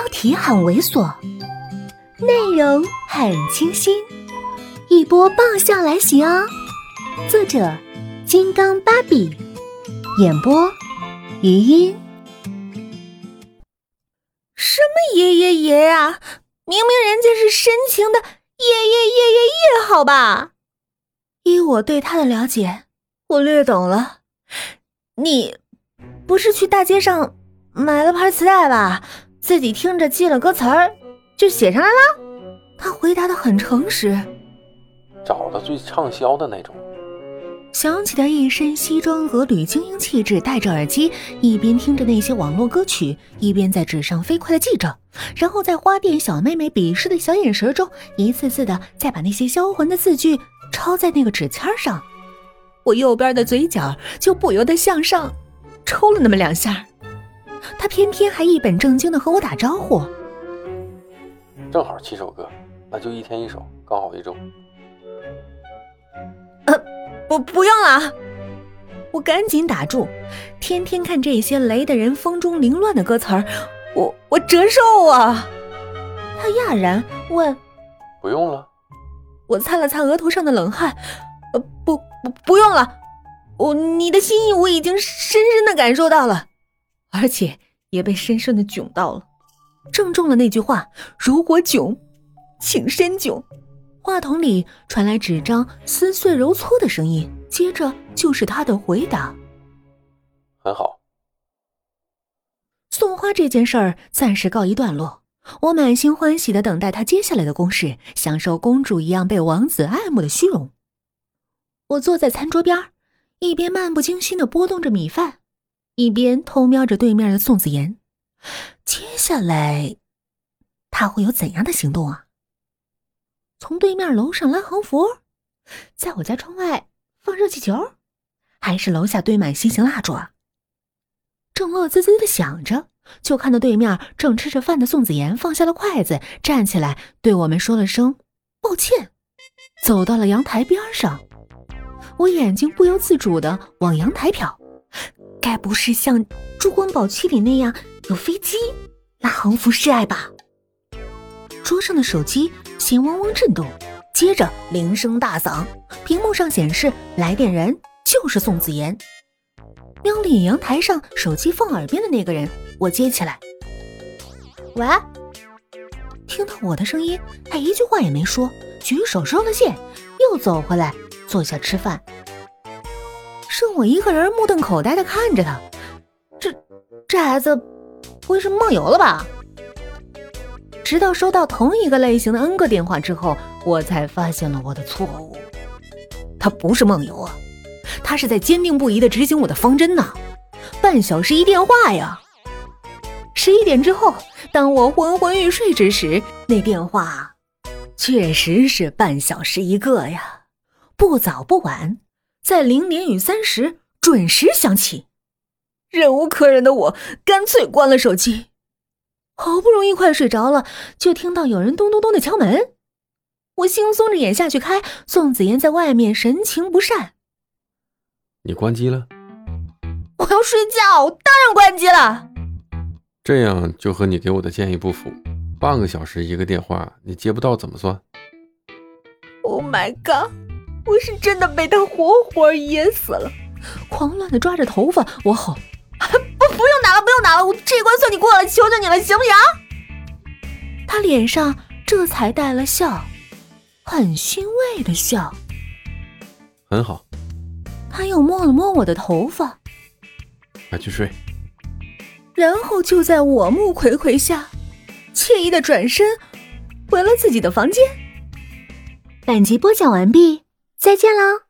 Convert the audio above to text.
题很猥琐，内容很清新，一波爆笑来袭哦！作者：金刚芭比，演播：余音。 什么爷爷爷呀？明明人家是深情的耶，好吧？依我对他的了解，我略懂了。你不是去大街上买了盘磁带吧？自己听着记了歌词儿，就写上来了？他回答得很诚实， 找了最畅销的那种。 想起他一身西装革履精英气质，戴着耳机，一边听着那些网络歌曲，一边在纸上飞快地记着，然后在花店小妹妹鄙视的小眼神中，一次次的再把那些销魂的字句抄在那个纸签上。我右边的嘴角就不由得向上抽了那么2下，他偏偏还一本正经的和我打招呼。 正好7首歌，那就1天1首，刚好1周。 不用了，我赶紧打住。天天看这些雷的人风中凌乱的歌词儿，我折寿啊！他讶然问：“ 不用了？” 我擦了擦额头上的冷汗，不用了。你的心意我已经深深的感受到了，而且也被深深的囧到了。正中了那句话：如果囧，请深囧。话筒里传来纸张撕碎揉搓的声音，接着就是他的回答： 很好。 送花这件事儿暂时告一段落，我满心欢喜地等待他接下来的攻势，享受公主一样被王子爱慕的虚荣。我坐在餐桌边，一边漫不经心地拨动着米饭，一边偷瞄着对面的宋子妍。接下来他会有怎样的行动啊？从对面楼上拉横幅，在我家窗外放热气球，还是楼下堆满心形蜡烛啊？正乐滋滋地想着，就看到对面正吃着饭的宋子妍放下了筷子，站起来对我们说了声抱歉，走到了阳台边上。我眼睛不由自主地往阳台瞟，该不是像《珠光宝气》里那样有飞机拉横幅示爱吧？桌上的手机先嗡嗡震动，接着铃声大响，屏幕上显示来电人就是宋子妍。瞄了眼阳台上手机放耳边的那个人，我接起来：喂。听到我的声音，他一句话也没说，举手收了线，又走回来坐下吃饭。剩我一个人目瞪口呆地看着他，这孩子不会是梦游了吧？直到收到同一个类型的 N 个电话之后，我才发现了我的错误。他不是梦游啊，他是在坚定不移地执行我的方针呢。半小时一电话呀。11点之后，当我昏昏欲睡之时，那电话确实是半小时一个呀，不早不晚，在0点与30准时响起。忍无可忍的我干脆关了手机。好不容易快睡着了，就听到有人咚咚咚的敲门。我惺忪着眼下去开，宋子妍在外面神情不善。 你关机了？ 我要睡觉，当然关机了。 这样就和你给我的建议不符，半个小时一个电话，你接不到怎么算？ Oh my god， 我是真的被他活活噎死了。 狂乱地抓着头发，我吼： 不用打了，这关算你过了，求求你了，行不行？ 他脸上这才带了笑，很欣慰的笑。 很好。 他又摸了摸我的头发， 快去睡。 然后就在我目睽睽下，惬意的转身回了自己的房间。本集播讲完毕，再见喽。